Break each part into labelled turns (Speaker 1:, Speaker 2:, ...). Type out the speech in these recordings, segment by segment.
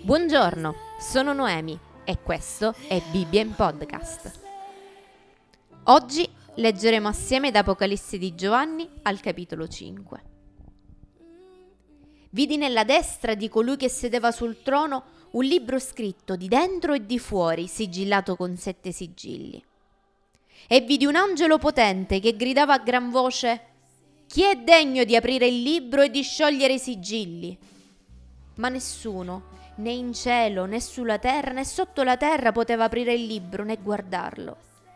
Speaker 1: Buongiorno, sono Noemi e questo è Bibbia in Podcast. Oggi leggeremo assieme da Apocalisse di Giovanni al capitolo 5. Vidi nella destra di colui che sedeva sul trono un libro scritto di dentro e di fuori, sigillato con 7 sigilli. E vidi un angelo potente che gridava a gran voce: «Chi è degno di aprire il libro e di sciogliere i sigilli?» Ma nessuno, né in cielo, né sulla terra, né sotto la terra poteva aprire il libro né guardarlo.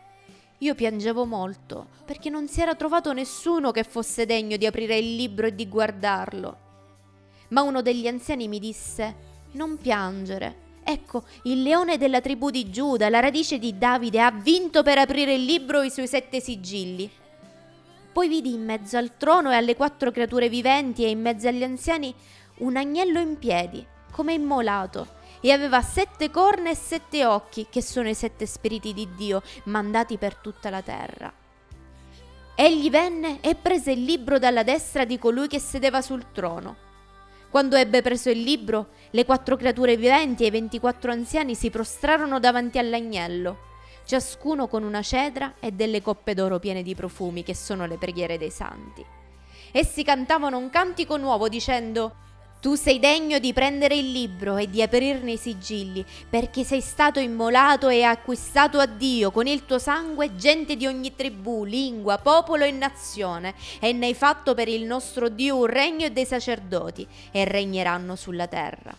Speaker 1: Io piangevo molto, perché non si era trovato nessuno che fosse degno di aprire il libro e di guardarlo. Ma uno degli anziani mi disse: «Non piangere. Ecco, il leone della tribù di Giuda, la radice di Davide, ha vinto per aprire il libro e i suoi 7 sigilli». Poi vidi in mezzo al trono e alle 4 creature viventi e in mezzo agli anziani un agnello in piedi, come immolato, e aveva 7 corna e 7 occhi, che sono i 7 spiriti di Dio, mandati per tutta la terra. Egli venne e prese il libro dalla destra di colui che sedeva sul trono. Quando ebbe preso il libro, le 4 creature viventi e i 24 anziani si prostrarono davanti all'agnello, ciascuno con una cedra e delle coppe d'oro piene di profumi, che sono le preghiere dei santi. Essi cantavano un cantico nuovo dicendo: «Tu sei degno di prendere il libro e di aprirne i sigilli, perché sei stato immolato e acquistato a Dio con il tuo sangue gente di ogni tribù, lingua, popolo e nazione, e ne hai fatto per il nostro Dio un regno e dei sacerdoti, e regneranno sulla terra».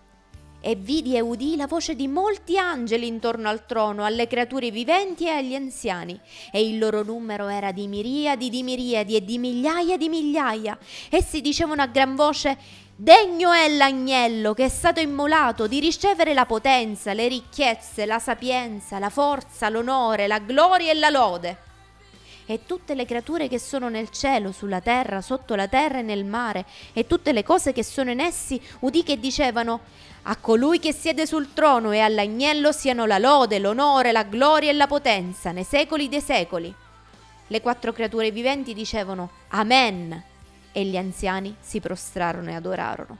Speaker 1: E vidi e udì la voce di molti angeli intorno al trono, alle creature viventi e agli anziani, e il loro numero era di miriadi e di migliaia. Essi dicevano a gran voce: «Degno è l'agnello che è stato immolato di ricevere la potenza, le ricchezze, la sapienza, la forza, l'onore, la gloria e la lode». E tutte le creature che sono nel cielo, sulla terra, sotto la terra e nel mare, e tutte le cose che sono in essi, udì che dicevano: «A colui che siede sul trono e all'agnello siano la lode, l'onore, la gloria e la potenza, nei secoli dei secoli». Le 4 creature viventi dicevano: «Amen». E gli anziani si prostrarono e adorarono.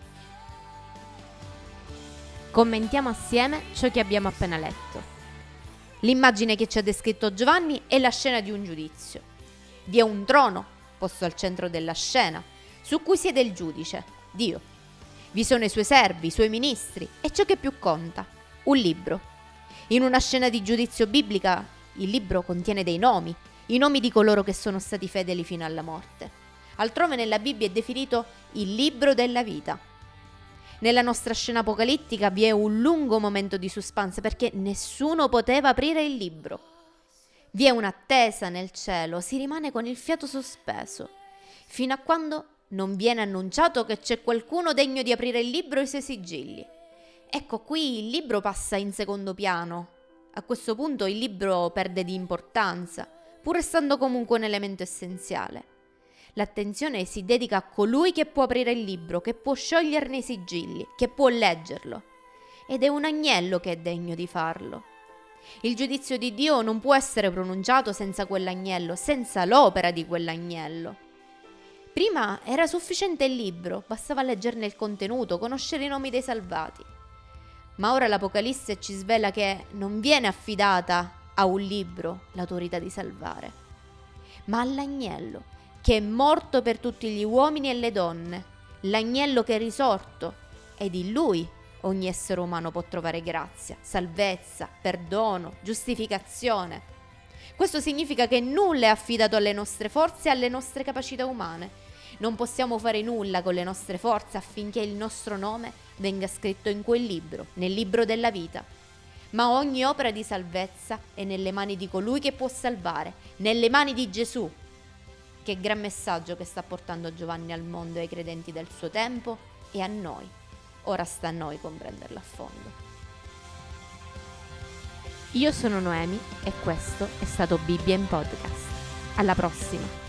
Speaker 1: Commentiamo assieme ciò che abbiamo appena letto. L'immagine che ci ha descritto Giovanni è la scena di un giudizio. Vi è un trono posto al centro della scena, su cui siede il giudice, Dio. Vi sono i suoi servi, i suoi ministri e ciò che più conta, un libro. In una scena di giudizio biblica, il libro contiene dei nomi, i nomi di coloro che sono stati fedeli fino alla morte. Altrove nella Bibbia è definito il libro della vita. Nella nostra scena apocalittica vi è un lungo momento di suspense perché nessuno poteva aprire il libro. Vi è un'attesa nel cielo, si rimane con il fiato sospeso, fino a quando non viene annunciato che c'è qualcuno degno di aprire il libro e i suoi sigilli. Ecco, qui il libro passa in secondo piano. A questo punto il libro perde di importanza, pur restando comunque un elemento essenziale. L'attenzione si dedica a colui che può aprire il libro, che può scioglierne i sigilli, che può leggerlo. Ed è un agnello che è degno di farlo. Il giudizio di Dio non può essere pronunciato senza quell'agnello, senza l'opera di quell'agnello. Prima era sufficiente il libro, bastava leggerne il contenuto, conoscere i nomi dei salvati. Ma ora l'Apocalisse ci svela che non viene affidata a un libro l'autorità di salvare, ma all'agnello, che è morto per tutti gli uomini e le donne, l'agnello che è risorto, ed in lui ogni essere umano può trovare grazia, salvezza, perdono, giustificazione. Questo significa che nulla è affidato alle nostre forze e alle nostre capacità umane. Non possiamo fare nulla con le nostre forze affinché il nostro nome venga scritto in quel libro, nel libro della vita. Ma ogni opera di salvezza è nelle mani di colui che può salvare, nelle mani di Gesù. Che gran messaggio che sta portando Giovanni al mondo e ai credenti del suo tempo e a noi. Ora sta a noi comprenderlo a fondo. Io sono Noemi e questo è stato Bibbia in Podcast. Alla prossima!